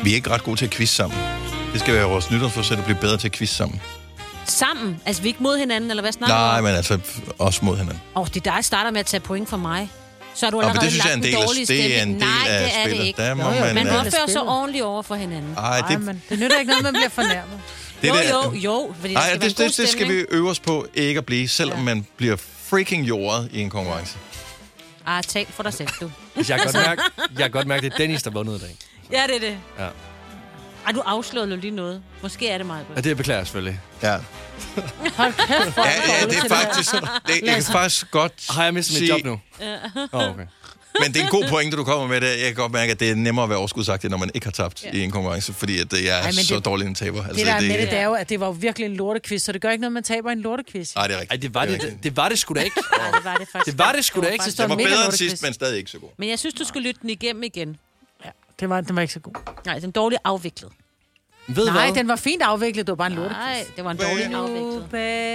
Vi er ikke ret gode til at quiz sammen. Det skal være vores nytårsforsæt at blive bedre til at quiz sammen. Sammen? Altså, vi er ikke mod hinanden, eller hvad snakker du Nej, om? men altså også mod hinanden. Det er dig, der starter med at tage point for mig. Så er du Men allerede det synes jeg er en lagt del af, dårlige det er en stemme. del Nej, af det er spillet. det ikke. Der må Man man, opfører sig ordentligt over for hinanden. Men det nytter ikke noget, man bliver fornærmet. Jo. Fordi Nej, der skal det skal vi øve os på ikke at blive, selvom man bliver freaking jordet i en konkurrence. Tal for dig selv, du. Jeg kan godt mærke, det er Dennis, der vundet i dag. Ja, det er det. Ja. Du afslørede lige noget. Måske er det meget godt. Ja, det beklager jeg selvfølgelig. Ja. Hold kæft, Ja, det er faktisk... Jeg kan faktisk godt Har jeg mistet mit job nu? Okay. Men det er en god pointe, du kommer med det. Jeg kan godt mærke, at det er nemmere at være overskudsagtig, når man ikke har tabt i en konkurrence, fordi at jeg er så dårlig en taber. Altså, det der med det er jo, at det var jo virkelig en lortequiz, så det gør ikke noget, man taber en lortequiz. Nej, det er rigtigt. Det var det sgu da ikke. Nej, det var det faktisk. Det var det sgu da ikke. Det var bedre end sidst, men stadig ikke så god. Men jeg synes, du skulle lytte den igennem igen. Ja, den var ikke så god. Nej, den er dårligt afviklet. Nej, den var fint afviklet, det var bare en lortequiz. Nej, det var en dårlig afviklet.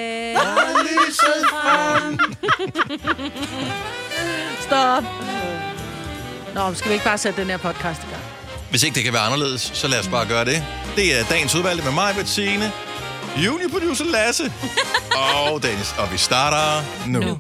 Stop. Nå, skal vi ikke bare sætte den her podcast i gang? Hvis ikke det kan være anderledes, så lad os bare gøre det. Det er dagens udvalgte med mig, Bettine, juniorproducer Lasse og Dennis. Og vi starter nu.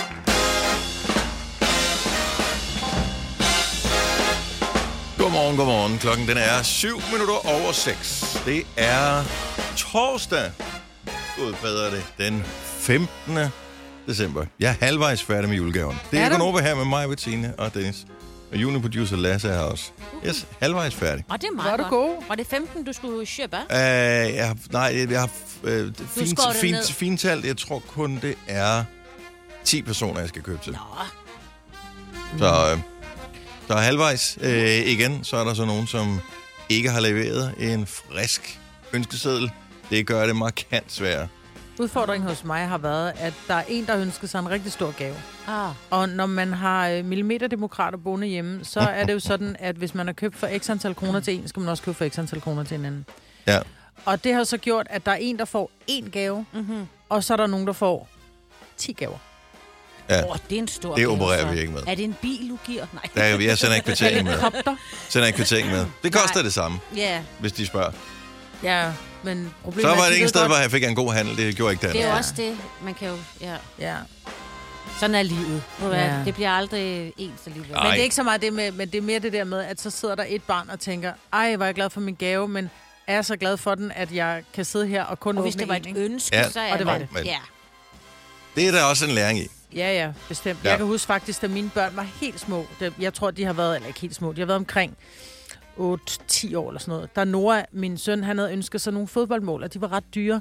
Godmorgen. Klokken den er 7:07. Det er torsdag. Gud bedre det. Den 15. december. Jeg er halvvejs færdig med julegaven. Det er Gonova her med mig, Bettine og Dennis. Og juniorproducer Lasse er her også. Yes, halvvejs færdig. Det er meget godt. Var det 15, du skulle købe? Jeg har fintalt. Jeg tror kun, det er 10 personer, jeg skal købe til. Så halvvejs igen, så er der så nogen, som ikke har leveret en frisk ønskeseddel. Det gør det markant sværere. Udfordringen hos mig har været, at der er en, der ønsker sig en rigtig stor gave. Og når man har millimeterdemokrater boende hjemme, så er det jo sådan, at hvis man har købt for x antal kroner til en, skal man også købe for x antal kroner til en anden. Ja. Og det har så gjort, at der er en, der får 1 gave, og så er der nogen, der får 10 gaver. Ja. Det er en stor det opererer vi ikke med. Er det en bil, du giver? Nej. Jeg sender ikke kvittering med. Det koster det samme, hvis de spørger. Ja, men problemet så var det ingen sted, hvor jeg fik en god handel. Det gjorde ikke det. Det er jo også det. Man kan jo... Ja. Sådan er livet. Det bliver aldrig ens alligevel. Men det er ikke så meget det med, men det er mere det der med, at så sidder der et barn og tænker, ej, var jeg glad for min gave, men er jeg så glad for den, at jeg kan sidde her og kun åbne hvis det var et ønske, så er det var det. Ja. Det er der også en læring i. Ja, bestemt. Ja. Jeg kan huske faktisk, da mine børn var helt små, jeg tror, de har været, eller ikke helt små, de har været omkring 8-10 år eller sådan noget. Der Nora, min søn, han havde ønsket sig nogle fodboldmål, og de var ret dyre.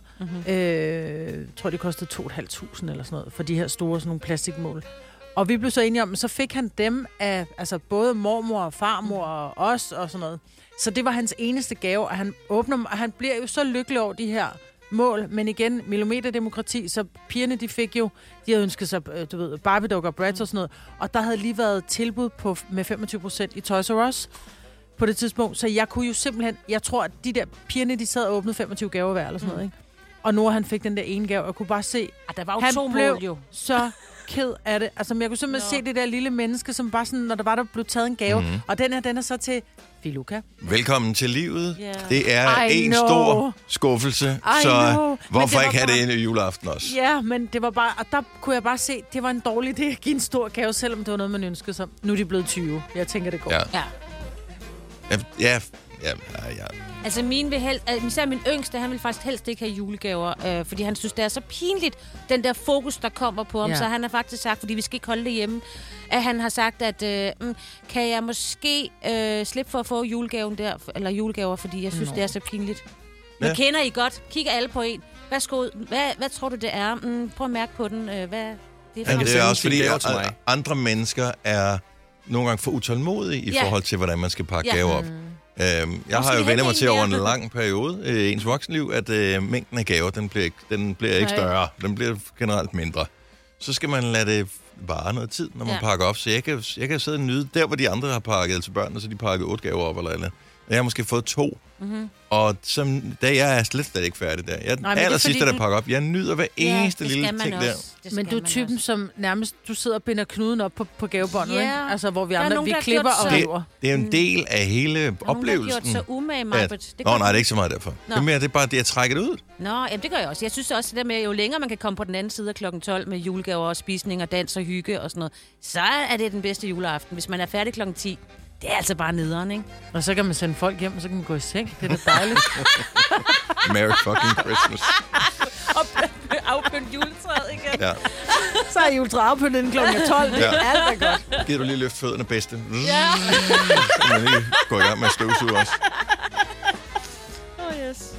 Jeg tror, de kostede 2.500 eller sådan noget, for de her store sådan nogle plastikmål. Og vi blev så enige om, så fik han dem af altså både mormor og farmor og os og sådan noget. Så det var hans eneste gave, og han åbner dem, og han bliver jo så lykkelig over de her mål, men igen, millimeterdemokrati, så pigerne, de havde ønsket sig, du ved, Barbie-dukker og Bratz og sådan noget, og der havde lige været tilbud med 25% i Toys R Us på det tidspunkt, så jeg kunne jo simpelthen, jeg tror, at de der pigerne, de sad og åbnede 25 gaver hver, eller sådan noget, ikke? Og Nora, han fik den der ene gave, og jeg kunne bare se, der var jo han 2 blev mål, jo. så ked af det. Altså, jeg kunne simpelthen se det der lille menneske, som bare sådan, når der blev taget en gave, og den er så til Filuka. Velkommen til livet. Yeah. Det er en stor skuffelse, så hvorfor ikke have det en juleaften også? Ja, men det var bare, og der kunne jeg bare se, det var en dårlig idé at give en stor gave, selvom det var noget, man ønskede sig. Nu er de blevet 20. Jeg tænker, det går. Ja. Altså især min yngste, han vil faktisk helst ikke have julegaver, fordi han synes, det er så pinligt, den der fokus, der kommer på ham. Så han har faktisk sagt, fordi vi skal ikke holde det hjemme, at han har sagt, at kan jeg måske slippe for at få julegaven der, eller julegaver, fordi jeg synes, det er så pinligt. Nu kender I godt. Kigger alle på en. Værsgo, hvad tror du, det er? Prøv at mærke på den. Det er også fordi, at andre mennesker er nogle gange for utålmodige i forhold til, hvordan man skal pakke gaver op. Jeg har jo vendt mig til over en lang periode i ens voksenliv, at mængden af gaver, den bliver ikke større. Den bliver generelt mindre. Så skal man lade det vare noget tid, når man pakker op. Så jeg kan sidde og nyde der, hvor de andre har pakket til børnene, så de pakket 8 gaver op eller andet. Jeg har måske fået 2. Mm-hmm. Og jeg er slet ikke færdig der. Jeg er aller sidste, der pakker op. Jeg nyder hver eneste lille ting der. Men du er typen, som nærmest, du sidder og binder knuden op på gavebåndet, ikke? Altså, hvor vi andre, vi klipper og river. Det er en del af hele oplevelsen. Der har gjort så umage, Marbet. Nej, det er ikke så meget derfor. Det er bare det, jeg trækker det ud. Nå, jamen, det gør jeg også. Jeg synes også, det der med, jo længere man kan komme på den anden side af klokken 12 med julegaver og spisning og dans og hygge og sådan noget, så er det den bedste juleaften. Hvis man er færdig klokken 10, det er altså bare nederen, ikke? Og så kan man sende folk hjem, og så kan man gå i seng. Det er da dejligt. Merry fucking Christmas. Og afpynte juletræet igen. Ja. Så er juletræet afpyntet inden klokken 12. Det er alt da godt. Giver du lige løft fødderne bedste? Ja. Så kan man lige gå i gang med at støvsuge også. Yes.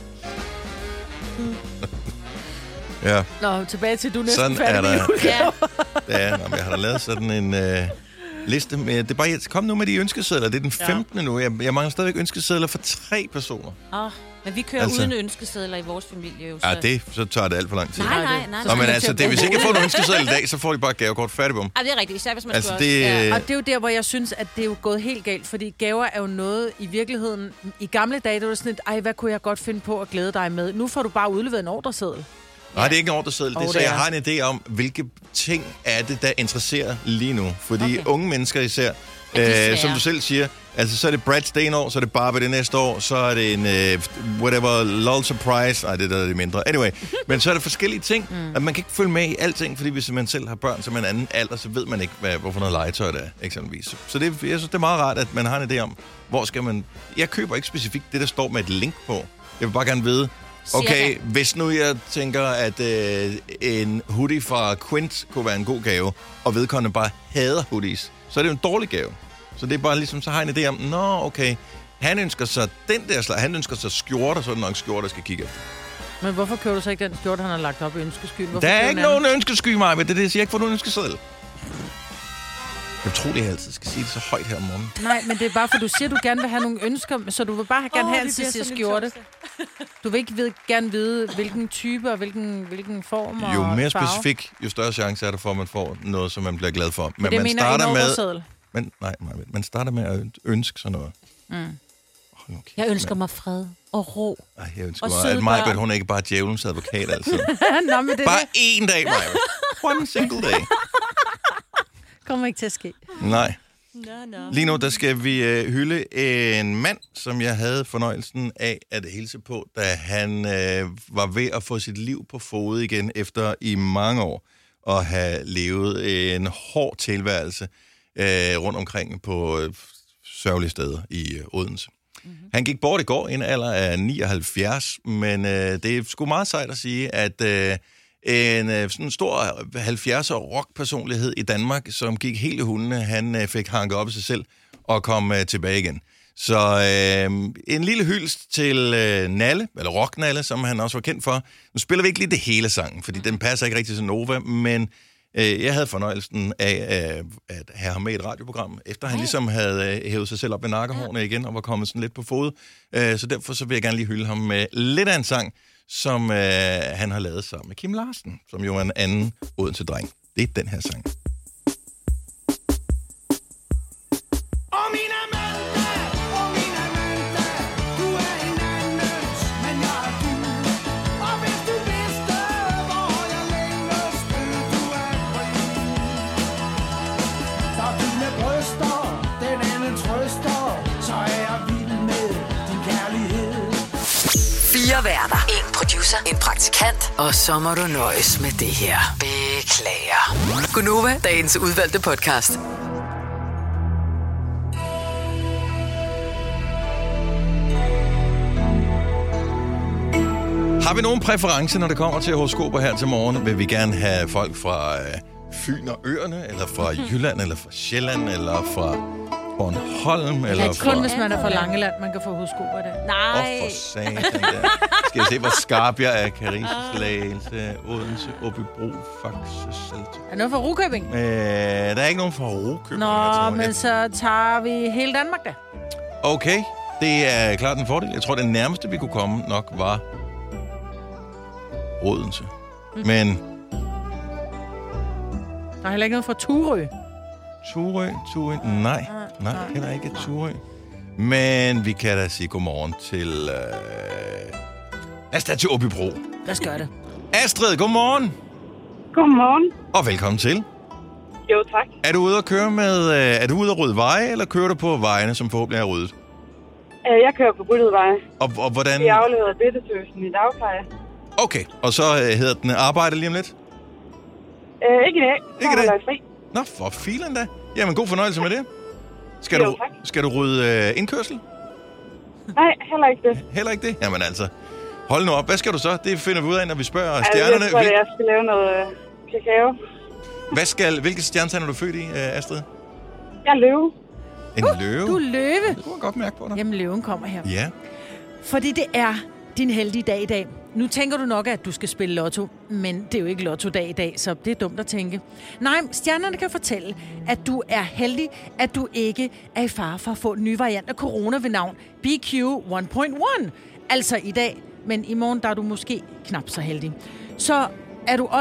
Ja. Nå, tilbage til, du næsten sådan færdig med julegaver. Ja, jeg har da lavet sådan en liste med... Det er bare, kom nu med de ønskesedler. Det er den 15. nu. Jeg mangler stadigvæk ønskesedler for 3 personer. Men vi kører uden ønskesedler i vores familie jo. Så... så tager det alt for lang tid. Nej. Nå, men altså, hvis ikke jeg får nogen ønskesedler i dag, så får de bare gavekort færdig bum. Det er rigtigt, især hvis man altså, skal også. Og det er jo der, hvor jeg synes, at det er jo gået helt galt, fordi gaver er jo noget i virkeligheden... I gamle dage, der var sådan et, hvad kunne jeg godt finde på at glæde dig med? Nu får du bare udleveret en ordreseddel. Nej, det er ikke en ordreseddel. Det er så, jeg har en idé om, hvilke ting er det, der interesserer lige nu. Fordi unge mennesker især, som du selv siger, altså så er det Brad det ene år, så er det Barbie det næste år, så er det en whatever, LOL surprise. Nej, det er det mindre. Anyway, men så er det forskellige ting, at man kan ikke følge med i alting, fordi hvis man selv har børn, som en anden alder, så ved man ikke, hvorfor noget legetøj det er, eksempelvis. Så det, jeg synes, det er meget rart, at man har en idé om, hvor skal man... Jeg køber ikke specifikt det, der står med et link på. Jeg vil bare gerne vide, okay, hvis nu jeg tænker, at en hoodie fra Quint kunne være en god gave, og vedkommende bare hader hoodies, så er det jo en dårlig gave. Så det er bare ligesom, så har jeg en idé om, okay, han ønsker sig den der slag, han ønsker sig skjorter, så er det nok en skjorte, der skal kigge efter. Men hvorfor køber du så ikke den skjorte, han har lagt op i ønskeskyen? Der er ikke nogen ønskesky, Maja, men det er det, jeg siger ikke, for nogen ønskeseddel. Jeg tror, jeg altid skal sige det så højt her om morgenen. Nej, men det er bare, for du siger, du gerne vil have nogle ønsker, så du vil bare gerne have altid sige skjorte. Du vil ikke gerne vide, hvilken type og hvilken form og jo mere farve. Specifik, jo større chance er der for, at man får noget, som man bliver glad for. Men det man starter med... Man starter med at ønske sådan noget. Jeg ønsker mig fred og ro. Jeg ønsker mig, at Majbert, hun er ikke bare djævelens advokat altid. Nå, men det bare én dag, Majbert. One single day. Kommer ikke til at ske. Nej. Lige nu, der skal vi hylde en mand, som jeg havde fornøjelsen af at hilse på, da han var ved at få sit liv på fode igen, efter i mange år at have levet en hård tilværelse rundt omkring på sørgelige steder i Odense. Mm-hmm. Han gik bort i går i en alder af 79, men det er sgu meget sejt at sige, at en sådan stor 70'er rockpersonlighed i Danmark, som gik helt i hundene, han fik hanket op i sig selv og kom tilbage igen. Så en lille hyldest til Nalle, eller Rock-Nalle, som han også var kendt for. Nu spiller vi ikke lige det hele sangen, fordi den passer ikke rigtig til Nova, men jeg havde fornøjelsen af at have ham med i et radioprogram, efter han ligesom havde hævet sig selv op med nakkehårene igen, og var kommet sådan lidt på fod. Så derfor så vil jeg gerne lige hylde ham med lidt af en sang, som han har lavet sammen med Kim Larsen, som jo er en anden Odense-dreng. Det er den her sang. Værter. En producer, en praktikant, og så må du nøjes med det her. Beklager. Gunova, dagens udvalgte podcast. Har vi nogen præference, når det kommer til horoskoper her til morgen? Vil vi gerne have folk fra Fyn og Øerne, eller fra Jylland, eller fra Sjælland, eller fra Bornholm, eller kun hvis man er fra Langeland, man kan få horoskoper i dag. Nej. For satan der. Skal jeg se, hvor skarp jeg er? Karise, Slagelse, Odense, Åbybro, Faxe, Salto. Er noget fra Rukøbing? Der er ikke nogen fra Rukøbing. Nå, men så tager vi hele Danmark da. Okay, det er klart en fordel. Jeg tror, det nærmeste, vi kunne komme nok var Odense. Men... Der er heller ikke noget fra Turø. Turø? Nej, heller ikke Turø. Men vi kan da sige godmorgen til... Lad os tage til Åbybro. Lad os gøre det. Astrid, godmorgen. Godmorgen. Og velkommen til. Jo, tak. Er du ude at køre med... er du ude at rydde veje, eller kører du på vejene, som forhåbentlig er ryddet? Jeg kører på ryddede veje. Og hvordan... Vi afleverer Bittesøsen i dagpleje. Okay, og så hedder den arbejde lige om lidt? Ikke i dag. Ikke i dag? Fri. Nå, for filen da. Jamen, god fornøjelse med det. Skal du rydde indkørsel? Nej, heller ikke det. Heller ikke det? Jamen altså, hold nu op. Hvad skal du så? Det finder vi ud af, når vi spørger stjernerne. Jeg tror, jeg skal lave noget kakao. Hvilket stjernetegn er du født i, Astrid? Jeg er løve. En løve? Du er løve. Det kunne man godt mærke på dig. Jamen, løven kommer her. Ja. Fordi det er din heldige dag i dag. Nu tænker du nok, at du skal spille lotto, men det er jo ikke lotto-dag i dag, så det er dumt at tænke. Nej, stjernerne kan fortælle, at du er heldig, at du ikke er i fare for at få en ny variant af corona ved navn BQ 1.1. Altså i dag, men i morgen der er du måske knap så heldig. Så er du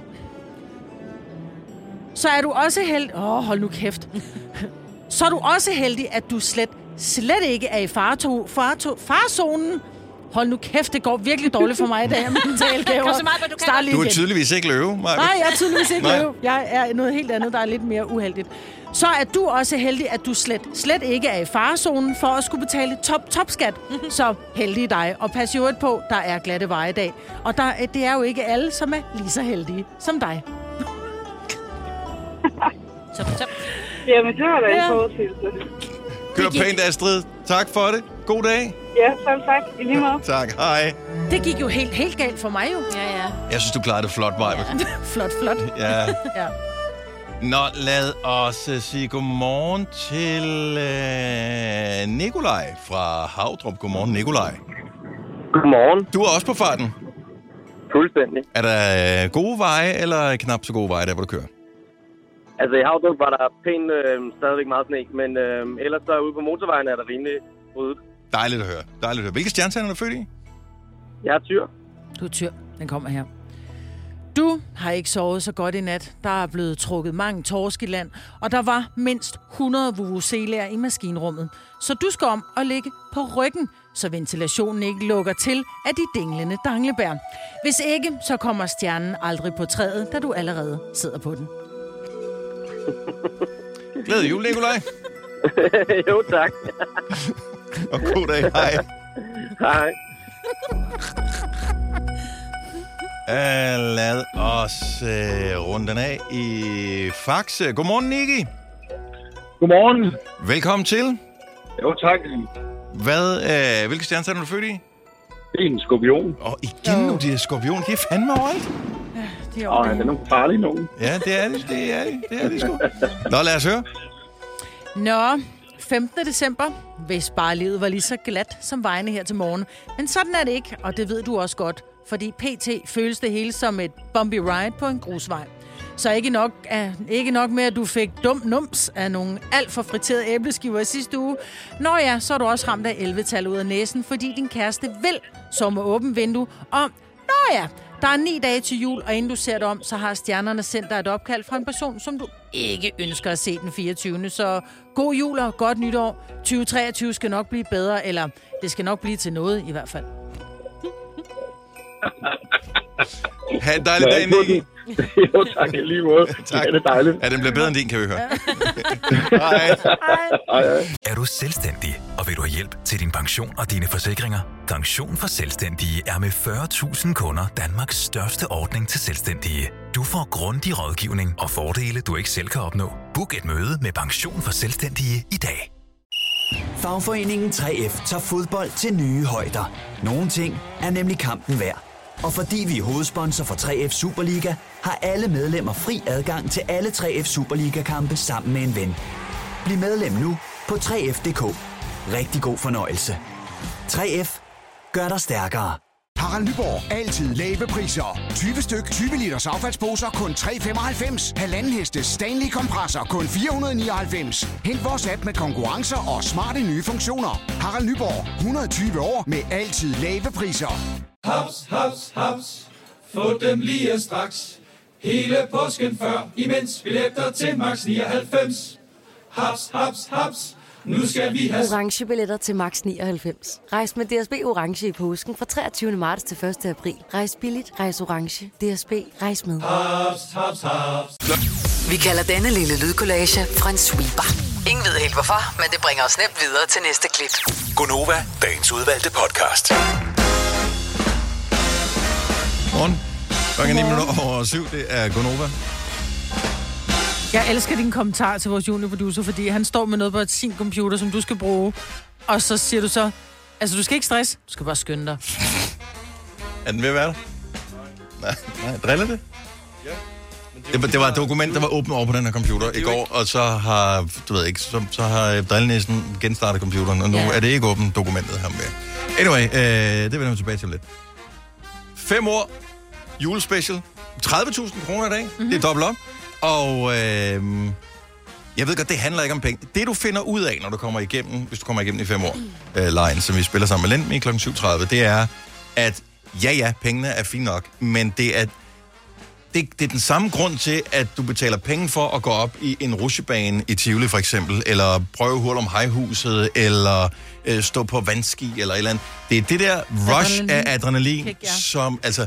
også heldig... hold nu kæft. Så er du også heldig, at du slet ikke er i farezonen. Hold nu kæft, det går virkelig dårligt for mig i dag med mentalgaver. Kom så meget, du kan. Du er tydeligvis ikke løve, Maja. Nej, jeg er tydeligvis ikke løve. Jeg er noget helt andet, der er lidt mere uheldigt. Så er du også heldig, at du slet ikke er i farezonen for at skulle betale topskat. Så heldig dig. Og pas jo på, der er glatte veje i dag. Og det er jo ikke alle, som er lige så heldige som dig. Top. Jamen, det var da en forudsigelse. Kør pænt, Astrid. Tak for det. God dag. Ja, selv tak. I lige måde. Tak, hej. Det gik jo helt galt for mig jo. Ja. Jeg synes, du klarede det flot, Maja. Flot. Ja. Ja. Nå, lad os sige godmorgen til Nikolaj fra Havdrup. Godmorgen, Nikolaj. Godmorgen. Du er også på farten. Fuldstændig. Er der gode veje, eller knap så gode veje, der hvor du kører? Altså i Havdrup var der pænt stadigvæk meget sne, men ellers der ude på motorvejen er der rimelig ryddet. Dejligt at høre. Hvilke stjernetegn er du født i? Jeg er tyr. Du er tyr. Den kommer her. Du har ikke sovet så godt i nat. Der er blevet trukket mange torsk i land, og der var mindst 100 vuvuzelaer i maskinrummet. Så du skal om og ligge på ryggen, så ventilationen ikke lukker til af de dinglende danglebær. Hvis ikke, så kommer stjernen aldrig på træet, da du allerede sidder på den. Glædelig jul, Nikolaj. Jo, tak. Og god dag. Hej. Hej. Lad os runde den af i Faxe. Godmorgen, Niki. Godmorgen. Velkommen til. Jo, tak. Hvilke stjernetegn er du født i? Det er en skorpion. Og igen nu, de er skorpion. De er fandme overalt. Det er nogle farlige nogen. Ja, det er de sgu. Nå, lad os høre. Nå, 15. december. Hvis bare livet var lige så glat som vejene her til morgen. Men sådan er det ikke, og det ved du også godt. Fordi pt. Føles det hele som et bumpy ride på en grusvej. Så ikke nok med, at du fik dum nums af nogle alt for friterede æbleskiver i sidste uge. Nå ja, så er du også ramt af 11-tal ud af næsen, fordi din kæreste vil sove med åbent vindue om, nå ja, der er 9 dage til jul, og inden du ser det om, så har stjernerne sendt dig et opkald fra en person, som du ikke ønsker at se den 24. Så god jul og godt nytår. 2023 skal nok blive bedre, eller det skal nok blive til noget i hvert fald. Ha' en dejlig dag, Niki. Jo, tak i lige måde. Tak. Det er dejligt. Ja, den bliver bedre end din, kan vi høre. Hej. Hej. Er du selvstændig, og vil du have hjælp til din pension og dine forsikringer? Pension for Selvstændige er med 40.000 kunder Danmarks største ordning til selvstændige. Du får grundig rådgivning og fordele, du ikke selv kan opnå. Book et møde med Pension for Selvstændige i dag. Fagforeningen 3F tager fodbold til nye højder. Nogle ting er nemlig kampen værd. Og fordi vi er hovedsponsor for 3F Superliga, har alle medlemmer fri adgang til alle 3F Superliga-kampe sammen med en ven. Bliv medlem nu på 3F.dk. Rigtig god fornøjelse. 3F gør dig stærkere. Harald Nyborg. Altid lave priser. 20 styk, 20 liters affaldsposer kun 3,95. Halvanden heste Stanley kompresser kun 499. Hent vores app med konkurrencer og smarte nye funktioner. Harald Nyborg. 120 år med altid lave priser. Haps, haps, haps. Få dem lige straks. Hele påsken før, imens billetter til max 99. Haps, haps, haps. Nu skal vi have orange billetter til max 99. Rejs med DSB Orange i påsken fra 23. marts til 1. april. Rejs billigt, rejs orange. DSB, rejs med. Haps, haps, haps. Vi kalder denne lille lydkollage en sweeper. Ingen ved helt hvorfor, men det bringer os nemt videre til næste klip. Gonova, dagens udvalgte podcast. Morgen. Klokken 9:07. Det er Gonova. Jeg elsker din kommentar til vores juniorproducer, fordi han står med noget på sin computer, som du skal bruge. Og så siger du så, altså du skal ikke stress, du skal bare skynde dig. Er den ved at være der? Nej, driller det? Ja. Det var et dokument, der var åbent over på den her computer i går, og så har, du ved ikke, så har drillnæsen genstartet computeren, og nu er det ikke åbent dokumentet her med. Anyway, det vender vi tilbage til lidt. 5 år, julespecial, 30.000 kroner i dag, det er dobbelt op. Og jeg ved godt, det handler ikke om penge. Det du finder ud af, når du kommer igennem, hvis du kommer igennem i 5 år, lejen, som vi spiller sammen med Lend med kl. 7.30, det er, at ja, pengene er fint nok, men det er den samme grund til, at du betaler penge for at gå op i en rutsjebane i Tivoli for eksempel, eller prøve Hurlum Hejhuset, eller stå på vandski, eller et eller andet. Det er det der rush af adrenalin, som, altså,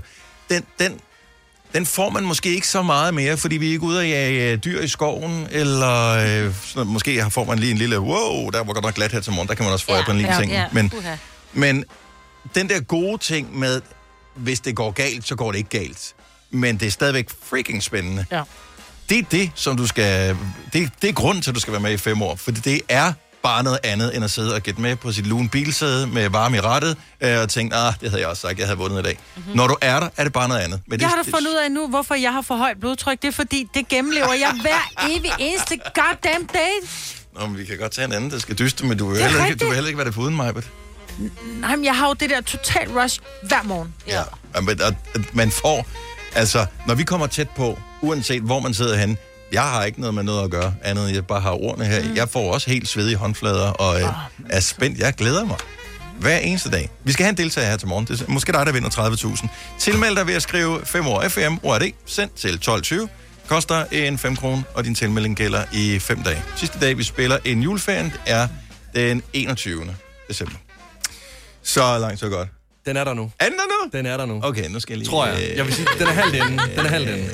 den får man måske ikke så meget mere, fordi vi er ikke ude at jage dyr i skoven, eller måske får man lige en lille, wow, der var godt nok glat her til morgen, der kan man også få på en lille ting. Men den der gode ting med, hvis det går galt, så går det ikke galt. Men det er stadigvæk freaking spændende. Ja. Det er det, som du skal... Det er grund til, at du skal være med i 5 år, for det er bare noget andet, end at sidde og gætte med på sit lune bilsæde med varme i rattet, og tænke, det havde jeg også sagt, jeg havde vundet i dag. Mm-hmm. Når du er der, er det bare noget andet. Men jeg har da fundet ud af nu, hvorfor jeg har for højt blodtryk. Det er fordi, det gennemlever jeg hver evig eneste goddamn day. Nå, men vi kan godt tage en anden, der skal dyste, men du vil heller ikke være det foruden mig. Nej, men jeg har jo det der total rush hver morgen. Ja. Man får... Altså, når vi kommer tæt på, uanset hvor man sidder henne, jeg har ikke noget med noget at gøre, andet end jeg bare har ordene her. Jeg får også helt svedige håndflader, og er spændt. Jeg glæder mig hver eneste dag. Vi skal have en deltager her til morgen. Det er måske dig, der vinder 30.000. Tilmeld dig ved at skrive 5 år FM, ORD, sendt til 12.20. Koster en 5 kroner, og din tilmelding gælder i 5 dage. Sidste dag, vi spiller en juleferien, er den 21. december. Så langt, så godt. Den er der nu. Er den der nu? Den er der nu. Okay, nu skal jeg lige... Tror jeg. Jeg vil sige, den er halvt inde.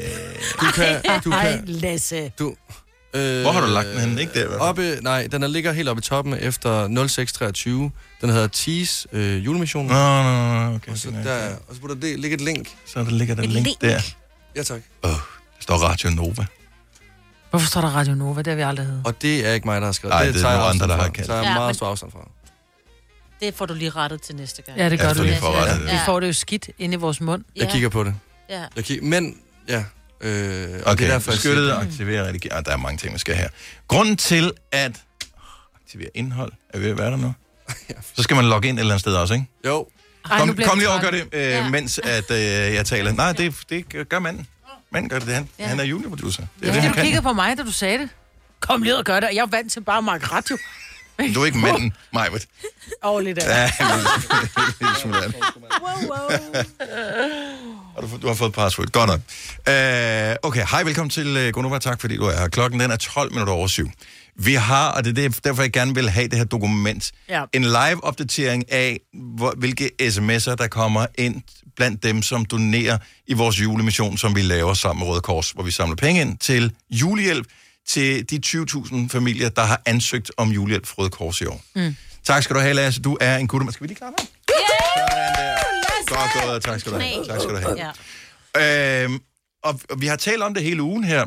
Du kan... Lasse. Hvor har du lagt den henne? Ikke der? Nej, den ligger helt oppe i toppen efter 0623. Den hedder Tees julemission. Okay. Og så burde der ligge et link. Så der ligger der et link der. Ja, tak. Der står Radio Nova. Hvorfor står der Radio Nova? Det har vi aldrig heddet. Og det er ikke mig, der har skrevet. Nej, det er nogle andre, der har kaldt. Så er jeg meget stor afstand fra. Det får du lige rettet til næste gang. Ja, det gør du. Vi får det jo skidt inde i vores mund. Jeg kigger på det. Ja. Men, ja. Okay, beskyttet og aktivere redigere. Der er mange ting, vi skal her. Grunden til at aktivere indhold, er vi ved at være der nu? Så skal man logge ind et eller andet sted også, ikke? Jo. Kom lige over og gør det, mens at, jeg taler. Nej, det gør manden. Manden gør det. Han er juniorproducer. Det er det, du kiggede på mig, da du sagde det. Kom lige og gør det. Jeg er vant til bare at markere radio. Du er ikke manden, Majbert. Lidt af. Ja, lidt smule af. Og du har fået password. Godt nok. Okay, hej, velkommen til Gonova. Tak, fordi du er her. Klokken den er 7:12. Vi har, og det er derfor, jeg gerne vil have det her dokument, en live-opdatering af, hvilke sms'er, der kommer ind blandt dem, som donerer i vores julemission, som vi laver sammen med Røde Kors, hvor vi samler penge ind til julehjælp til de 20.000 familier, der har ansøgt om julehjælp fra Røde Kors i år. Tak skal du have, Lasse. Du er en guttemand. Skal vi lige klare dig? Godt gået. Tak skal du have. Og vi har talt om det hele ugen her.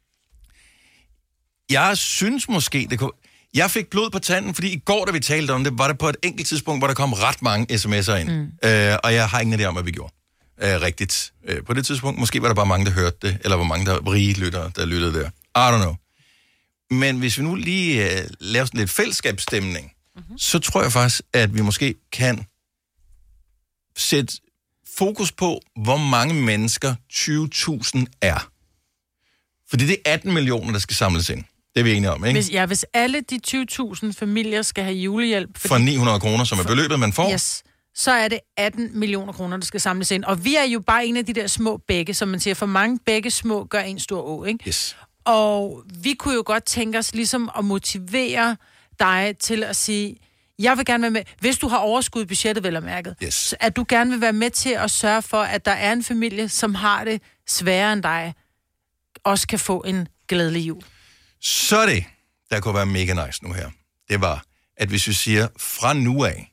Jeg synes måske, det kunne... Jeg fik blod på tanden, fordi i går, da vi talte om det, var det på et enkelt tidspunkt, hvor der kom ret mange sms'er ind. Og jeg har ingen idé om, hvad vi gjorde. Rigtigt. På det tidspunkt, måske var der bare mange, der hørte det, eller var mange, der var rige lyttere, der lyttede der. I don't know. Men hvis vi nu lige laver sådan lidt fællesskabsstemning, så tror jeg faktisk, at vi måske kan sætte fokus på, hvor mange mennesker 20.000 er. Fordi det er 18 millioner, der skal samles ind. Det er vi enige om, ikke? Hvis alle de 20.000 familier skal have julehjælp... For 900 kroner, som er beløbet, man får. Yes. Så er det 18 millioner kroner, der skal samles ind. Og vi er jo bare en af de der små bække, som man siger, for mange bække små gør en stor å, ikke? Yes. Og vi kunne jo godt tænke os ligesom at motivere dig til at sige, jeg vil gerne være med, hvis du har overskud i budgettet, vel og mærket, at du gerne vil være med til at sørge for, at der er en familie, som har det sværere end dig, også kan få en glædelig jul. Så det, der kunne være mega nice nu her, det var, at hvis vi siger fra nu af,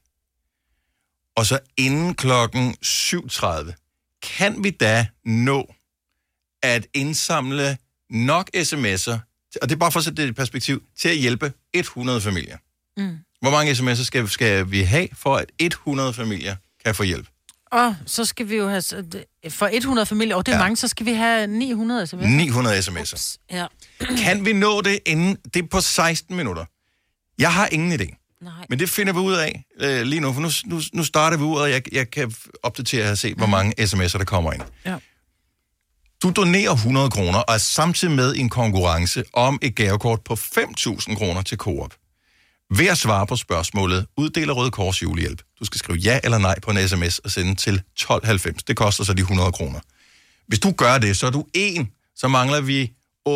og så inden klokken 7:30, kan vi da nå at indsamle nok sms'er, og det er bare for at sætte det i perspektiv, til at hjælpe 100 familier. Mm. Hvor mange sms'er skal vi have, for at 100 familier kan få hjælp? Og så skal vi jo have, for 100 familier, og det er mange, så skal vi have 900 sms'er. 900 sms'er. Ja. Kan vi nå det inden, det er på 16 minutter? Jeg har ingen idé. Nej. Men det finder vi ud af lige nu, for nu starter vi ud, og jeg kan opdatere og se, hvor mange sms'er, der kommer ind. Ja. Du donerer 100 kroner, og er samtidig med i en konkurrence om et gavekort på 5.000 kroner til Coop. Ved at svare på spørgsmålet, uddeler Røde Kors julehjælp. Du skal skrive ja eller nej på en sms og sende til 1290. Det koster så de 100 kroner. Hvis du gør det, så er du så mangler vi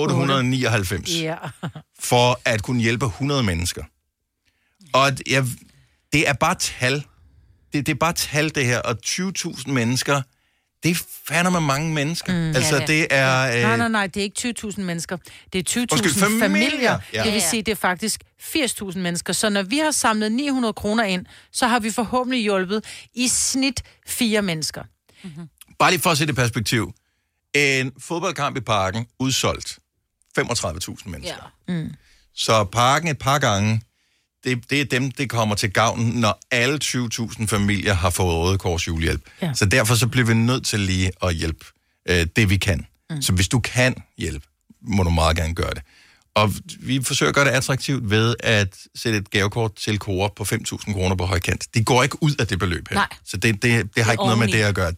899 for at kunne hjælpe 100 mennesker. Og det er bare tal. Det er bare tal, det her. Og 20.000 mennesker, det er fandme mange mennesker. Altså, det er... Nej, det er ikke 20.000 mennesker. Det er 20.000 familier. Ja. Det vil sige, det er faktisk 80.000 mennesker. Så når vi har samlet 900 kroner ind, så har vi forhåbentlig hjulpet i snit 4 mennesker. Mm-hmm. Bare lige for at se det perspektiv. En fodboldkamp i Parken, udsolgt 35.000 mennesker. Ja. Mm. Så Parken et par gange, det er dem, det kommer til gavn, når alle 20.000 familier har fået Røde Kors julehjælp. Ja. Så derfor så bliver vi nødt til lige at hjælpe det, vi kan. Mm. Så hvis du kan hjælpe, må du meget gerne gøre det. Og vi forsøger at gøre det attraktivt ved at sætte et gavekort til Coop på 5.000 kroner på højkant. De går ikke ud af det beløb her. Nej. Så det har ikke noget med det at gøre.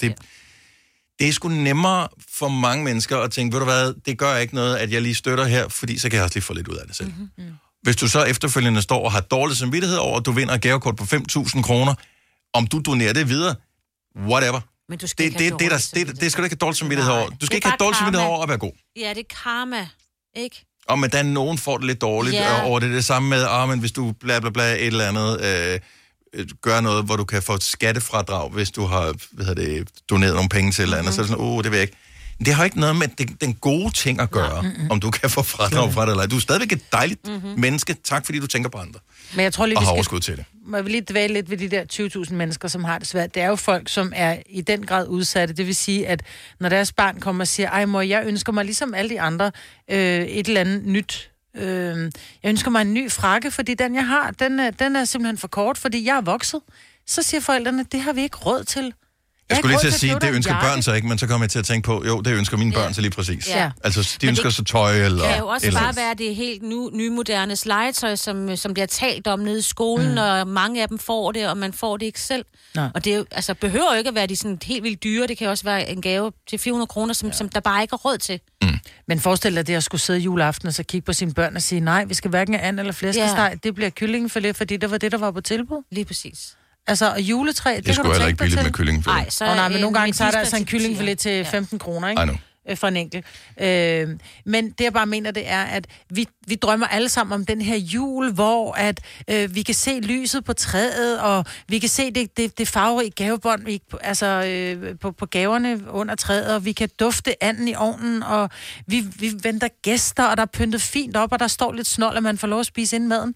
Det er sgu nemmere for mange mennesker at tænke, ved du hvad, det gør ikke noget, at jeg lige støtter her, fordi så kan jeg også lige få lidt ud af det selv. Mm-hmm. Hvis du så efterfølgende står og har dårlig samvittighed over, at du vinder et gavekort på 5.000 kroner, om du donerer det videre, whatever. Men du skal det skal du ikke have dårlig samvittighed over. Du skal ikke have dårlig samvittighed over at være god. Ja, det er karma, ikke? Og men der nogen får det lidt dårligt over det samme med, men hvis du bla bla bla et eller andet, gør noget, hvor du kan få et skattefradrag, hvis du har doneret nogle penge til et eller andet, så er det sådan, det vil jeg ikke. Det har ikke noget med den gode ting at gøre, om du kan få fradrag fra det eller ej. Du er stadigvæk et dejligt menneske. Tak, fordi du tænker på andre. Men jeg tror lige, og har overskud til det. Jeg vil lige dvæle lidt ved de der 20.000 mennesker, som har det svært. Det er jo folk, som er i den grad udsatte. Det vil sige, at når deres barn kommer og siger, ej mor, jeg ønsker mig ligesom alle de andre et eller andet nyt. Jeg ønsker mig en ny frakke, fordi den jeg har, den er simpelthen for kort, fordi jeg er vokset. Så siger forældrene, det har vi ikke råd til. Jeg skulle lige til at sige, det ønsker børn så ikke, men så kommer jeg til at tænke på, jo, det ønsker mine børn så lige præcis. Ja. Altså, de ønsker så tøj eller... Det kan jo også bare være det helt nymoderne legetøj, som bliver talt om nede i skolen, og mange af dem får det, og man får det ikke selv. Nej. Og det behøver jo ikke at være de sådan helt vildt dyre. Det kan også være en gave til 400 kroner, som der bare ikke er råd til. Mm. Men forestil dig det at skulle sidde juleaften og så kigge på sine børn og sige, nej, vi skal hverken have and eller flæskesteg. Det bliver kyllingefilet, fordi det var det, der var på tilbud. Lige præcis. Altså, og juletræ, det kan du tænke ikke billigt med kyllingfilet. Nej, men nogle gange så er der altså en kyllingfilet til 15 kroner, ikke? For en enkelt. Men det jeg bare mener, det er, at vi drømmer alle sammen om den her jul, hvor at vi kan se lyset på træet, og vi kan se det farverige gavebånd på gaverne under træet, og vi kan dufte anden i ovnen, og vi venter gæster, og der er pyntet fint op, og der står lidt snold, at man får lov at spise inden maden.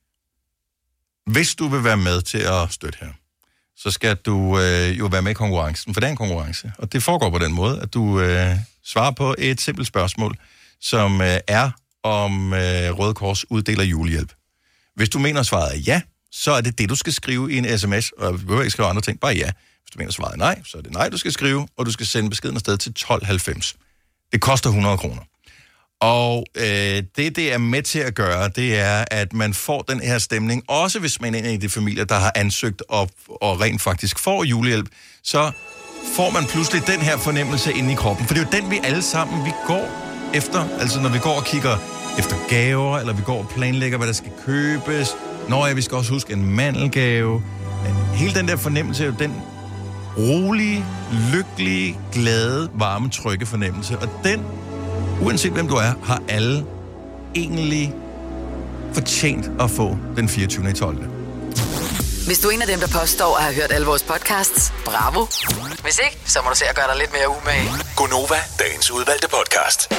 Hvis du vil være med til at støtte her, så skal du jo være med i konkurrencen, for det er en konkurrence. Og det foregår på den måde, at du svarer på et simpelt spørgsmål, som er om Røde Kors uddeler julehjælp. Hvis du mener, svaret er ja, så er det, du skal skrive i en sms, og du behøver ikke skrive andre ting, bare ja. Hvis du mener, svaret er nej, så er det nej, du skal skrive, og du skal sende beskeden afsted til 1290. Det koster 100 kroner. Og det er med til at gøre, det er, at man får den her stemning, også hvis man er en af de familier, der har ansøgt og rent faktisk får julehjælp, så får man pludselig den her fornemmelse inde i kroppen. For det er jo den, vi alle sammen, vi går efter. Altså når vi går og kigger efter gaver, eller vi går og planlægger, hvad der skal købes. Vi skal også huske en mandelgave. Hele den der fornemmelse er jo den rolige, lykkelige, glade, varme, trygge fornemmelse. Og den, uanset hvem du er, har alle egentlig fortjent at få den 24.12. Hvis du er en af dem, der påstår at have hørt alle vores podcasts, bravo. Hvis ikke, så må du se at gøre dig lidt mere umage. Gonova, dagens udvalgte podcast.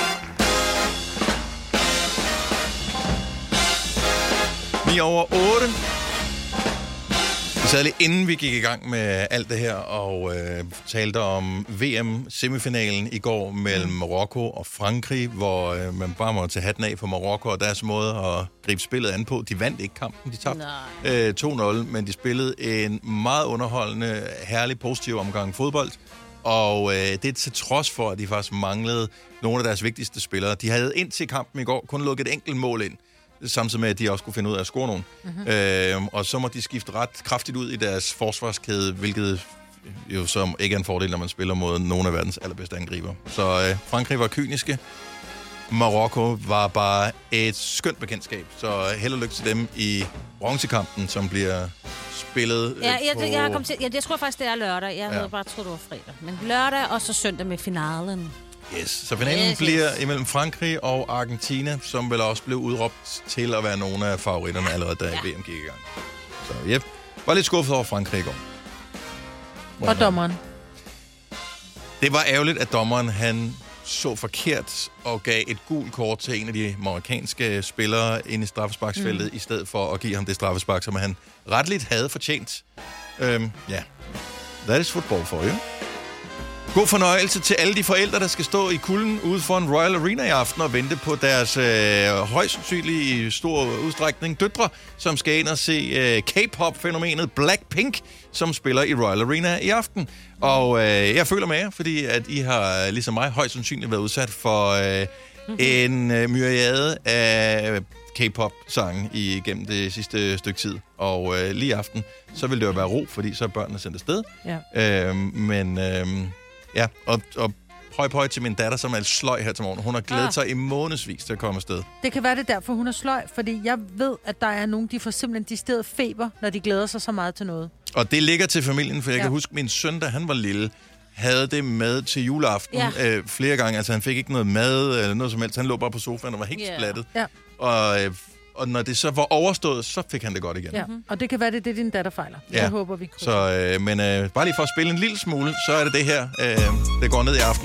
9:08. Vi sad lige inden vi gik i gang med alt det her og talte om VM-semifinalen i går mellem Marokko og Frankrig, hvor man bare må tage hatten af for Marokko og deres måde at gribe spillet an på. De vandt ikke kampen, de tabte 2-0, men de spillede en meget underholdende, herlig, positiv omgang fodbold. Og det er til trods for, at de faktisk manglede nogle af deres vigtigste spillere. De havde indtil kampen i går kun lukket et enkelt mål ind, samtidig med, at de også kunne finde ud af at score nogen. Mm-hmm. Og så må de skifte ret kraftigt ud i deres forsvarskæde, hvilket jo som ikke er en fordel, når man spiller mod nogle af verdens allerbedste angriber. Så Frankrig var kyniske. Marokko var bare et skønt bekendtskab. Så held og lykke til dem i bronzekampen, som bliver spillet jeg tror faktisk, det er lørdag. Jeg havde bare troet, det var fredag. Men lørdag og så søndag med finalen. Yes, så finalen bliver imellem Frankrig og Argentina, som vel også blev udråbt til at være nogle af favoritterne allerede, da VM gik i gang. Så var lidt skuffet over Frankrig i går. Og dommeren. Det var ærgerligt, at dommeren han så forkert og gav et gult kort til en af de marokkanske spillere inde i straffesparksfeltet, i stedet for at give ham det straffespark, som han retligt havde fortjent. That is football for you. God fornøjelse til alle de forældre, der skal stå i kulden ude for en Royal Arena i aften og vente på deres højst sandsynlige i stor udstrækning døtre, som skal ind og se K-pop-fænomenet Blackpink, som spiller i Royal Arena i aften. Og jeg føler med jer, fordi at I har, ligesom mig, højst sandsynligt været udsat for en myriade af K-pop-sange igennem det sidste stykke tid. Og lige i aften, så vil det jo være ro, fordi så er børnene sendt afsted. Ja. Og høj til min datter, som er sløj her til morgen. Hun har glædet sig i månedsvis til at komme afsted. Det kan være det derfor, hun er sløj, fordi jeg ved, at der er nogen, de får simpelthen de steder feber, når de glæder sig så meget til noget. Og det ligger til familien, for jeg kan huske, min søn, da han var lille, havde det med til juleaften flere gange. Altså han fik ikke noget mad eller noget som helst. Han lå bare på sofaen og var helt splattet. Ja. Og når det så var overstået, så fik han det godt igen. Ja, og det kan være, det din datter fejler. Det håber vi. Så, men bare lige for at spille en lille smule, så er det her, det går ned i aften.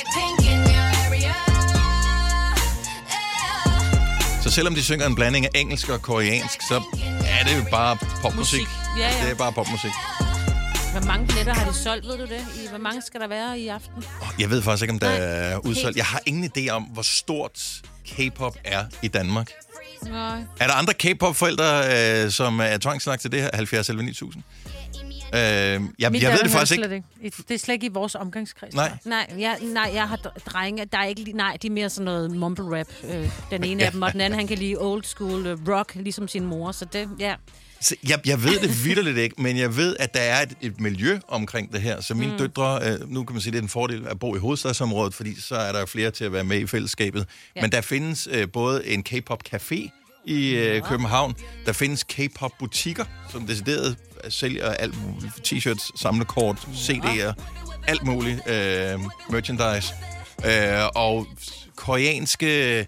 Så selvom de synger en blanding af engelsk og koreansk, så er det jo bare popmusik. Ja. Det er bare popmusik. Hvor mange billetter har de solgt, ved du det? Hvor mange skal der være i aften? Jeg ved faktisk ikke, om der er udsolgt. Jeg har ingen idé om, hvor stort K-pop er i Danmark. Nej. Er der andre K-pop-forældre, som er tvangslagt til det her? 70 11 9000? Jeg ved det faktisk ikke. Det er slet ikke i vores omgangskreds. Nej, jeg har drenge. Der er ikke, nej, de er mere sådan noget mumble rap. Den ene af dem, og den anden, han kan lide old school rock, ligesom sin mor. Så det, Jeg ved det vitterligt ikke, men jeg ved, at der er et miljø omkring det her. Så mine døtre, nu kan man sige, det er en fordel at bo i hovedstadsområdet, fordi så er der flere til at være med i fællesskabet. Ja. Men der findes både en K-pop-café i København. Der findes K-pop-butikker, som decideret sælger alt t-shirts, samlekort, CD'er, alt muligt merchandise. Og koreanske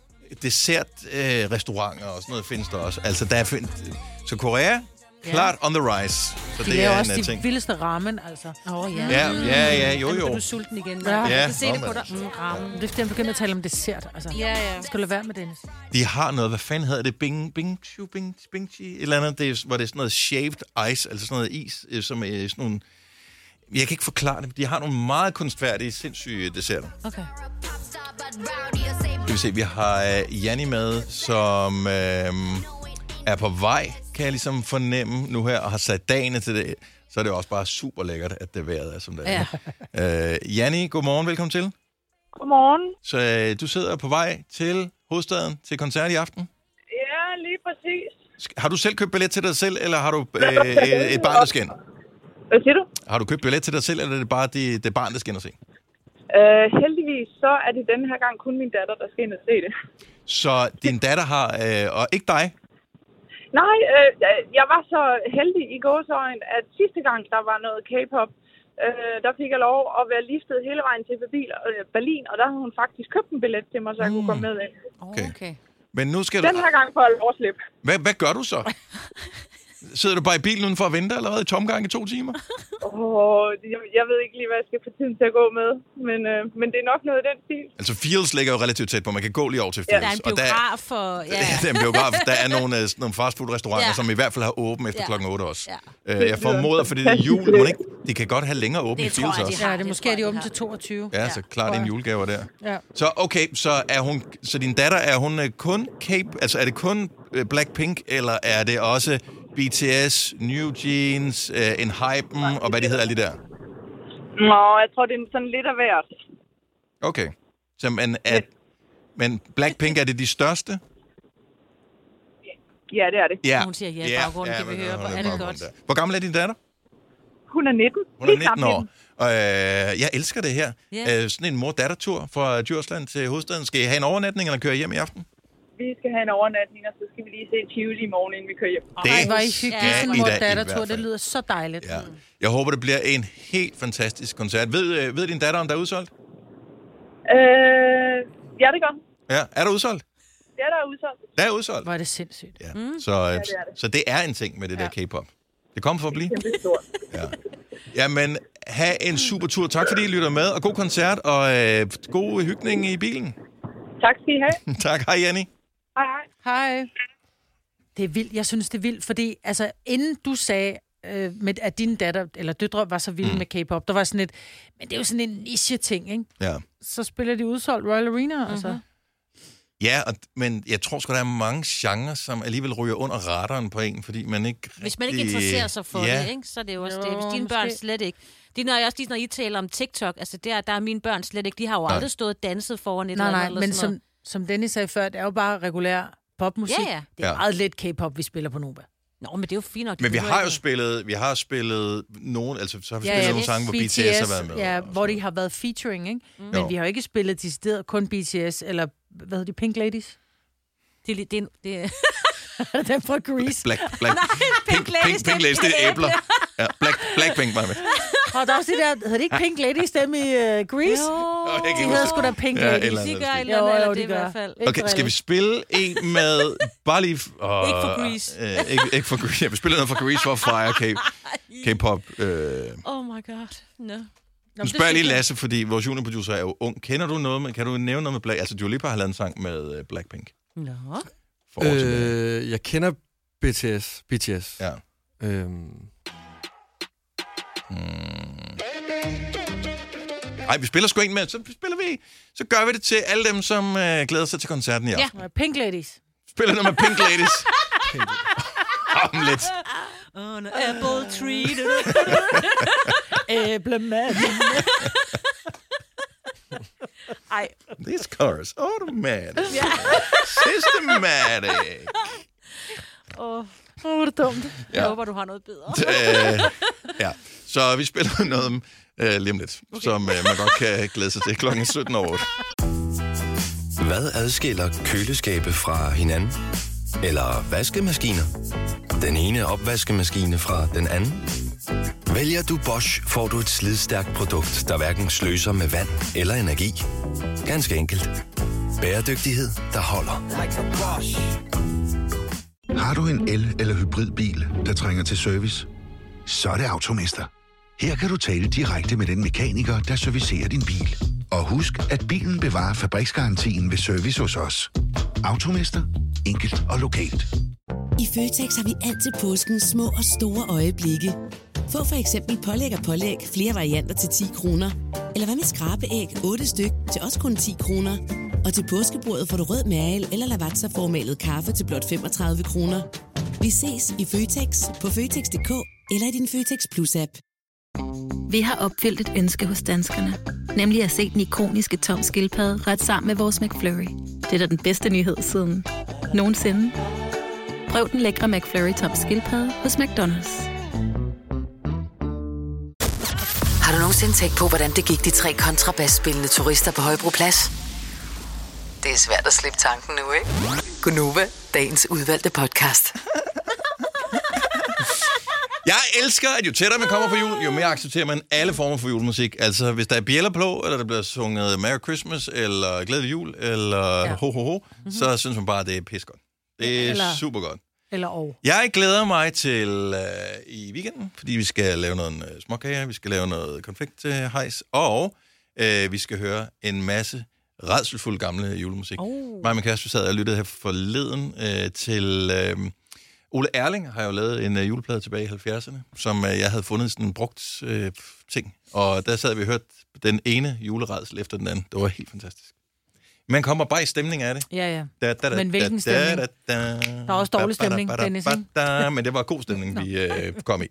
dessertrestauranter og sådan noget findes der også. Altså, der så Korea, klart on the rise. Så det er også de vildeste ramen, altså. Ja, jo. Nu er du sulten igen. Ja. Jeg kan se det på dig. Ramen. Det er fordi, jeg begynder at tale om dessert. Altså. Ja. Skal du lade være med, Dennis? De har noget, hvad fanden hedder det? Bingchi? Et eller andet, hvor det er sådan noget shaved ice, altså sådan noget is, som er sådan nogle... Jeg kan ikke forklare det. De har nogle meget kunstfærdige, sindssyge desserter. Okay. Skal vi se, vi har Janni med, som er på vej, kan jeg ligesom fornemme nu her, og har sat dagene til det. Så er det også bare super lækkert, at det vejret er, som det er. Ja. Janni, godmorgen, velkommen til. Godmorgen. Så du sidder på vej til hovedstaden til koncert i aften? Ja, lige præcis. Har du selv købt billet til dig selv, eller har du et barn, der skal ind? Hvad siger du? Har du købt billet til dig selv, eller er det bare det barn, der skal ind og se? Heldigvis så er det denne her gang kun min datter, der skal ind og se det. Så din datter har, og ikke dig? Nej, jeg var så heldig i gåseøjne, at sidste gang, der var noget K-pop, der fik jeg lov at være liftet hele vejen til Berlin, og der havde hun faktisk købt en billet til mig, så jeg kunne komme med ind. Okay. Men nu skal Den her gang får jeg lov at slippe. Hvad gør du så? Sidder du bare i bilen uden for at vente allerede i tomgang i 2 timer? Jeg ved ikke lige, hvad jeg skal få tiden til at gå med, men det er nok noget af den stil. Altså Fields ligger jo relativt tæt på, man kan gå lige over til Fields. Der er en biograf og... Ja. Der er en biograf. Der er nogle fastfood-restauranter, som i hvert fald har åbent efter klokken 8 også. Ja. Jeg formoder, fordi det er jul, de kan godt have længere åbent i Fields også. Ja, det måske er de åbent til 22. Ja, så klart en julegave der. Ja. Så okay, så din datter, er hun kun Cape, altså er det kun Blackpink, eller er det også BTS, New Jeans, Enhypen, og hvad de hedder alle de der? Nå, jeg tror, det er sådan lidt af hvert. Okay. Så, men Blackpink, er det de største? Ja, det er det. Ja. Hun siger ja i baggrunden, kan vi høre. Hvor er det godt. Hvor gammel er din datter? Hun er 19. Hun er 19 år. Jeg elsker det her. Sådan en mor-datter-tur fra Djursland til hovedstaden. Skal I have en overnatning, eller køre hjem i aften? Vi skal have en overnatning, og så skal vi lige se Tivoli i morgen, inden vi kører hjem. Det var I hyggeligt, sådan en mor-datter-tur. Det lyder så dejligt. Ja. Jeg håber, det bliver en helt fantastisk koncert. Ved din datter, om der er udsolgt? Ja, det gør. Ja, er der udsolgt? Ja, der er udsolgt. Der er udsolgt? Hvor er det sindssygt. Ja. Så det er en ting med det der K-pop. Det kommer for at blive. Det er stort. Ja. Jamen, have en super tur. Tak fordi I lytter med, og god koncert, og god hygning i bilen. Tak skal I have. Tak, hej Jenny. Hej. Det er vildt. Jeg synes, det er vildt, fordi altså, inden du sagde, at din datter eller døtre var så vilde med K-pop, der var sådan et, men det er jo sådan en niche-ting, ikke? Ja. Så spiller de udsolgt Royal Arena, altså. Ja, men jeg tror sgu, der er mange genrer, som alligevel ryger under radaren på en, fordi man ikke Hvis man ikke interesserer sig for det, ikke, så er det jo også det. Hvis dine børn slet ikke... Det er også når I taler om TikTok, altså der er mine børn slet ikke, de har jo aldrig stået og danset foran et eller andet. Nej, men som Dennis sagde før, det er jo bare regulær popmusik. Ja. Det er meget lidt K-pop, vi spiller på Nova. Nå, men det er jo fint nok. Men vi har spillet nogen, altså så har vi spillet nogle sange, hvor BTS har været med. Ja, hvor de har været featuring, ikke? Men vi har jo ikke spillet decideret kun BTS, eller hvad hedder de, Pink Ladies? Det er dem fra Grease. Pink Ladies, det er æbler. Ja, Blackpink var med. Og der er også det der, hedder det ikke Pink Ladies, dem i Grease? Jo. De hedder sgu da Pink Ladies. De gør eller det i hvert fald. Okay, skal vi spille en med bare lige... Ikke for Grease. Ikke for Grease. Ja, vi spiller noget for Grease for at fejre K-pop. Oh my god, no. Nu spørger jeg lige Lasse, fordi vores juniorproducer er jo ung. Kender du noget med, kan du nævne noget med Black? Altså, Dua Lipa har lavet en sang med Blackpink. Nå. Jeg kender BTS. Ja. Ej, vi spiller sgu en med. Så gør vi det til alle dem, som glæder sig til koncerten i aften. Ja, Pink Ladies. Spiller noget med Pink Ladies. Om lidt. On an apple tree. Æblemand. Ej. This car is automatic. Systematic. Hvor er det dumt. Jeg håber, du har noget bedre. Ja, så vi spiller noget lige om lidt, som man godt kan glæde sig til klokken 17:08. Hvad adskiller køleskabe fra hinanden? Eller vaskemaskiner? Den ene opvaskemaskine fra den anden? Vælger du Bosch, får du et slidstærkt produkt, der hverken sløser med vand eller energi. Ganske enkelt. Bæredygtighed, der holder. Har du en el- eller hybridbil, der trænger til service? Så er det Automester. Her kan du tale direkte med den mekaniker, der servicerer din bil. Og husk, at bilen bevarer fabriksgarantien ved service hos os. Automester. Enkelt og lokalt. I Føtex har vi altid påskens små og store øjeblikke. Få for eksempel pålæg flere varianter til 10 kroner. Eller hvad med skrabeæg 8 styk til også kun 10 kroner. Og til påskebordet får du rød mal eller lavatserformalet kaffe til blot 35 kroner. Vi ses i Føtex på Føtex.dk eller i din Føtex Plus-app. Vi har opfyldt et ønske hos danskerne. Nemlig at se den ikoniske Tom Skildpadde ret sammen med vores McFlurry. Det er da den bedste nyhed siden nogensinde. Prøv den lækre McFlurry Tom Skildpadde hos McDonald's. Har du nogensinde tænkt på, hvordan det gik de 3 kontrabasspillende turister på Højbroplads? Det er svært at slippe tanken nu, ikke? Gunova, dagens udvalgte podcast. Jeg elsker, at jo tættere man kommer på jul, jo mere accepterer man alle former for julemusik. Altså, hvis der er bjælder på, eller der bliver sunget Merry Christmas, eller Glædelig Jul, eller ho ho ho, så synes man bare, at det er pissegodt. Det er super godt. Jeg glæder mig til i weekenden, fordi vi skal lave noget småkager, vi skal lave noget konflikthejs, og vi skal høre en masse rædselsfuld gamle julemusik. Mig og min kæreste sad og lyttede her forleden til... Ole Erling har jo lavet en juleplade tilbage i 70'erne, som jeg havde fundet sådan en brugt ting. Og der sad vi og hørte den ene julerædsel efter den anden. Det var helt fantastisk. Man kommer bare i stemning af det. Ja. Men hvilken stemning? Der er også dårlig stemning, Dennis. Men det var god stemning, vi kom i.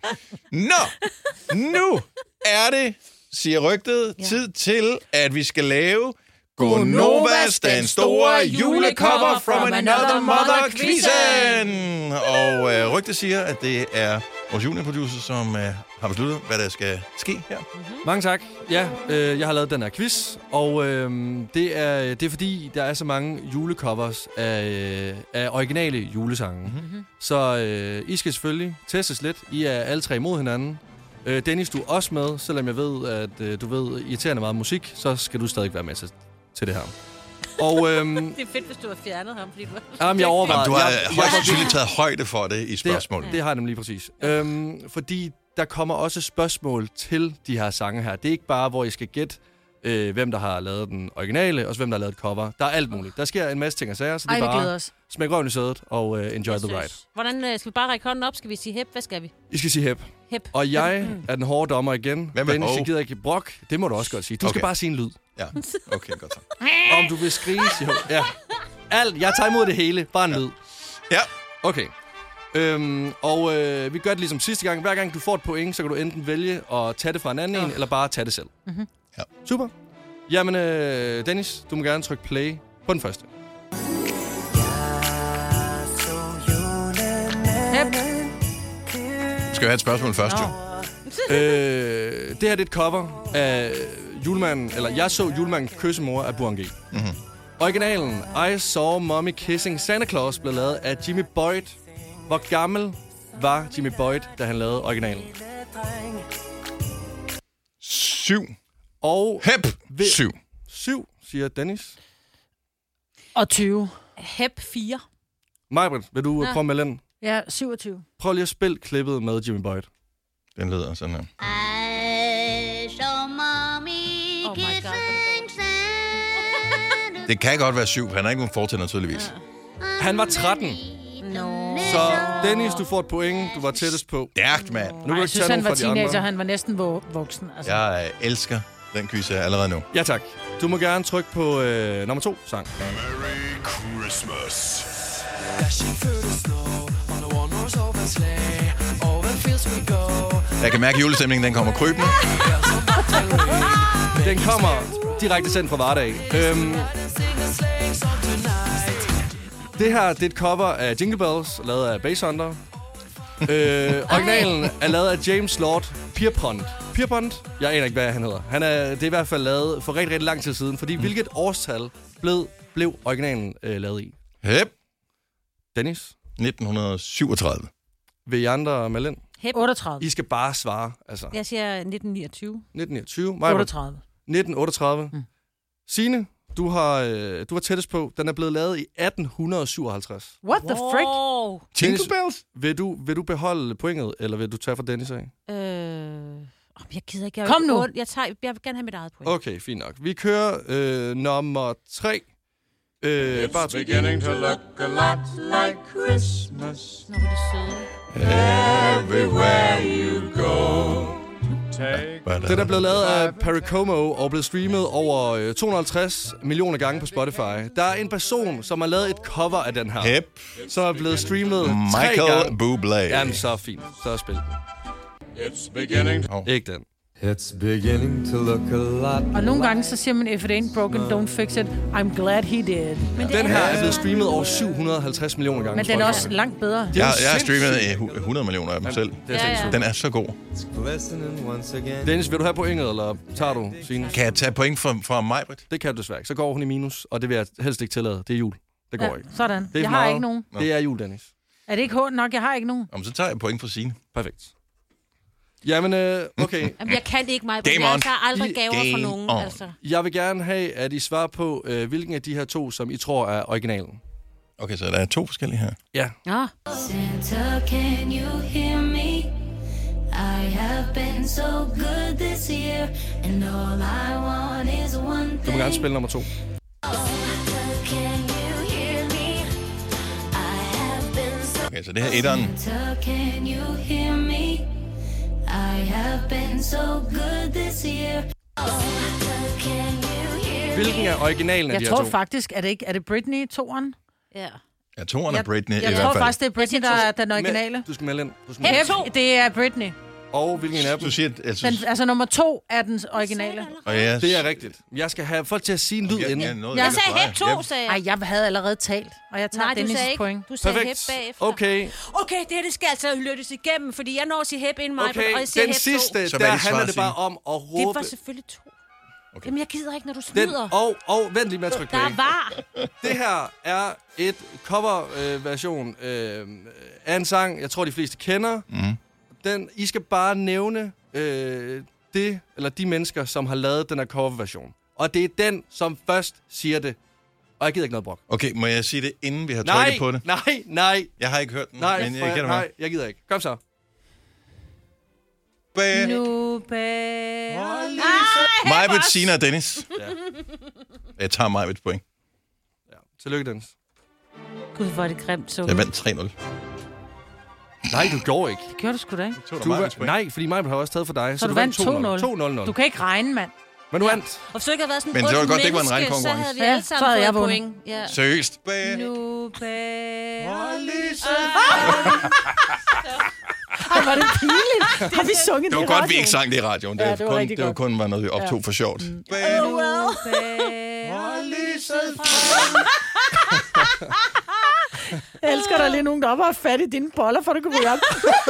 Nu er det, siger rygtet, tid til, at vi skal lave Gonovas, den store julecover from another mother quizzen. Og rygtet siger, at det er vores juniorproducer, som har besluttet, hvad der skal ske her. Mange tak. Ja, jeg har lavet den her quiz, og det er fordi, der er så mange julecovers af originale julesange. Mm-hmm. Så I skal selvfølgelig testes lidt. I er alle tre mod hinanden. Dennis, du er også med, selvom jeg ved, at du ved irriterende meget musik, så skal du stadig være med til det her. Og, det er fedt, hvis du har fjernet ham, fordi du har... Jamen, jeg overvejer... Du har højst sandsynligt taget højde for det i spørgsmålet. Det har jeg nemlig præcis. Fordi der kommer også spørgsmål til de her sange her. Det er ikke bare, hvor I skal gætte, hvem der har lavet den originale, og hvem der har lavet et cover. Der er alt muligt. Der sker en masse ting og sager, så det er bare smæk røven i sædet og enjoy the ride. Hvordan skal vi bare række hånden op? Skal vi sige hep? Hvad skal vi? I skal sige hep. Og jeg er den hårde dommer igen. Dennis, jeg gider ikke brok. Det må du også godt sige. Du skal bare sige en lyd. Ja, okay, godt så. Om du vil skrige, siger ja. Alt, jeg tager imod det hele. Bare en lyd. Ja. Okay. Vi gør det ligesom sidste gang. Hver gang du får et point, så kan du enten vælge at tage det fra en anden en, eller bare tage det selv. Mm-hmm. Ja. Super. Jamen, Dennis, du må gerne trykke play på den første. Skal vi have et spørgsmål først, jo? Det her det er et cover af julemanden, eller jeg så julemanden kysse mor af Burhan G. Mm-hmm. Originalen I Saw Mommy Kissing Santa Claus blev lavet af Jimmy Boyd. Hvor gammel var Jimmy Boyd, da han lavede originalen? 7. Og 7. 7, siger Dennis. Og 20. Hep 4. Majbrit, vil du prøve med den? Ja, 27. Prøv lige at spille klippet med Jimmy Boyd. Den lyder sådan her. I saw mommy kissing Santa. Det kan godt være 7. Han er ikke nogen fortænder, tydeligvis. Han var 13. No. Så Dennis, du får et point. Du var tættest på. Stærkt, mand. Jeg synes, han var teenager. Han var næsten voksen. Altså. Jeg elsker den quiz her allerede nu. Ja, tak. Du må gerne trykke på nummer 2 sang. Merry Christmas. Jeg kan mærke, at julestemningen den kommer krybende. Den kommer direkte sendt fra Vardag. Det her det er et cover af Jingle Bells, lavet af Basshunter. Originalen er lavet af James Lord Pierpont. Pierpont? Jeg aner ikke, hvad han hedder. Det er i hvert fald lavet for rigtig lang tid siden. Fordi hvilket årstal blev originalen lavet i? Hep. Dennis? 1937. Vil I andre melde ind? Hep. 38. I skal bare svare. Altså. Jeg siger 1929. 1929. 38. 1938. Signe, du har tættest på. Den er blevet lavet i 1857. What the frick? Jingle Bells? Vil du beholde pointet, eller vil du tage fra Dennis af? Jeg gider ikke. Kom nu. Jeg vil gerne have mit eget point. Okay, fint nok. Vi kører nummer 3. It's beginning to look a lot like Christmas. Nå, hvor er det søde. Everywhere you go. Den er blevet lavet af Perry Como og blevet streamet over 250 millioner gange på Spotify. Der er en person, som har lavet et cover af den her. Hep. Som er blevet streamet 3 Michael gange. Bublé. Jamen, så fint. Så spil den. It's beginning to... Ikke den. It's beginning to look a lot. Og nogle gange så siger man, if it ain't broken, don't fix it. I'm glad he did. Men den her er blevet streamet over 750 millioner gange. Men den er også langt bedre. Jeg har streamet 100 millioner af dem selv. Den er så god. Dennis, vil du have pointet, eller tager du Signe? Kan jeg tage point fra Majbrit? Det kan du desværre ikke. Så går hun i minus, og det vil jeg helst ikke tillade. Det er jul. Det går ikke. Sådan. Det er jeg har ikke nogen. Det er jul, Dennis. Er det ikke hårdt nok? Jeg har ikke nogen. Så tager jeg point fra Signe. Perfekt. Jamen, okay. Jamen, jeg kan ikke mig. Jeg tager aldrig gaver fra nogen. Altså. Jeg vil gerne have, at I svarer på, hvilken af de her 2, som I tror er originalen. Okay, så der er 2 forskellige her. Ja. Santa, can you hear me? I have been so good this year, and all I want is one thing. Du må gerne spille nummer 2. Okay, så det her er etteren. Hvilken er originalen af de her 2? Jeg tror faktisk, er det Britney, 2'eren? Ja. Ja, 2'eren er Britney i hvert Jeg fald. tror faktisk, det er Britney, der er den originale. Du skal melde ind. Det er Britney. Og hvilken er du siger, altså nummer 2 er den originale. Det er rigtigt. Jeg skal have folk til at sige en lyd inden. Jeg sagde Hep 2, sagde jeg. Ej, jeg havde allerede talt, og jeg tager Dennis' point. Du sagde Hep bagefter. Okay, det skal altså lyttes igennem, fordi jeg når at sige Hep inden mig, okay. og jeg siger Den Hep 2. sidste, der handler det bare om at råbe. Det var selvfølgelig 2. Okay. Jamen, jeg gider ikke, når du snyder. Og vent lige med at trykke play. Der var. Det her er et cover-version af en sang, jeg tror, de fleste kender. I skal bare nævne de mennesker, som har lavet den her cover-version. Og det er den, som først siger det. Og jeg gider ikke noget brok. Okay, må jeg sige det, inden vi har trykket på det? Nej. Jeg har ikke hørt den, men jeg kender mig. Jeg gider ikke. Kom så. Majbet, Sina og Dennis. Ja. Jeg tager Majbets point. Ja. Tillykke, Dennis. Gud, hvor er det grimt. Så jeg vandt 3-0. Nej, du gjorde ikke. Det gjorde du sgu da ikke. Nej, fordi Majbet har også taget for dig. Så du vandt 2-0. Du kan ikke regne, mand. Men du vandt. Og hvis du ikke havde været sådan men det var godt, det ikke var en regnkonkurrence. Så havde vi alle sammen fået point. Ja. Seriøst. Ej, var det pinligt? Har vi sunget det var godt, vi ikke sang det i radioen. Det var kun noget, vi optog for sjovt. Jeg elsker, der lige nogen, der var fat i dine boller, for du kunne ryge op.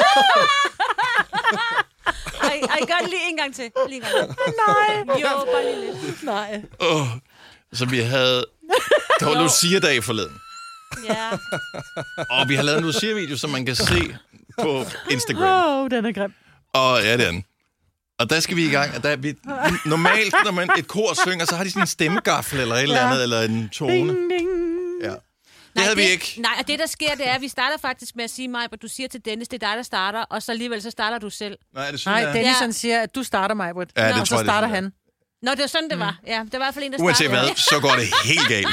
Ej, gør det lige en gang til. Nej. Jo, bare lige lidt. Nej. Så vi havde... Der var Lucia-dag forleden. Ja. Og vi har lavet en Lucia-video, som man kan se på Instagram. Den er grim. Og ja, det er den. Og der skal vi i gang. Normalt, når man et kor synger, så har de sådan en stemmegaffel eller et eller andet, eller en tone. Ding, ding. Ja. Det havde vi ikke. Nej, og det der sker, det er, at vi starter faktisk med at sige, Majbert, du siger til Dennis, det er dig, der starter, og så alligevel så starter du selv. Nej, Dennis han siger, at du starter, Majbert. Ja, og så starter han. Nå, det var sådan, det var. Ja, det var i hvert fald en, der startede. Uanset hvad, så går det helt galt.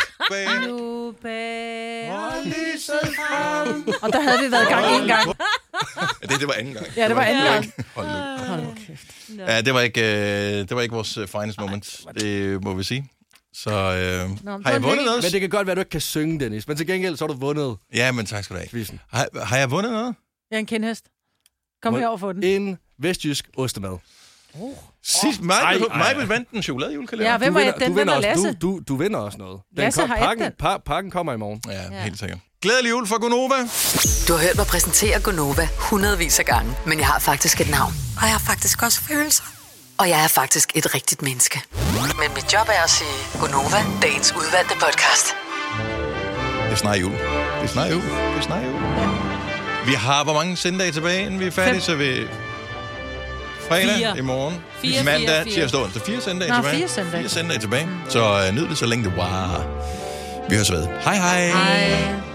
Og der havde vi været i gang en gang. Det var anden gang. Ja, det var anden gang. Hold nu kæft. Ja, det var ikke vores finest moment. Det må vi sige. Så har jeg vundet noget? Men det kan godt være, at du ikke kan synge, Dennis. Men til gengæld, så har du vundet. Ja, men tak skal du have. Har jeg vundet noget? Jeg er en kindhest. Kom herover for den. En vestjysk ostemad. Sidst mig vandt den chokoladejulkalender. Ja, hvem var den vinder Lasse? Du vinder også noget. Lasse har den. Pakken kommer i morgen. Ja, helt sikkert. Glædelig jul for Gonova. Du har hørt mig præsentere Gonova hundredvis af gange, men jeg har faktisk et navn. Og jeg har faktisk også følelser. Og jeg er faktisk et rigtigt menneske. Men mit job er at sige Gonova, dagens udvalgte podcast. Det er snart jul. Vi har hvor mange senddage tilbage, inden vi er færdige, så vi... Fredag i morgen. Mandag, tirsdag, onsdag. 4 senddage tilbage. 4 senddage tilbage. Så nyd det, så længe det var. Vi høres ved. Hej hej.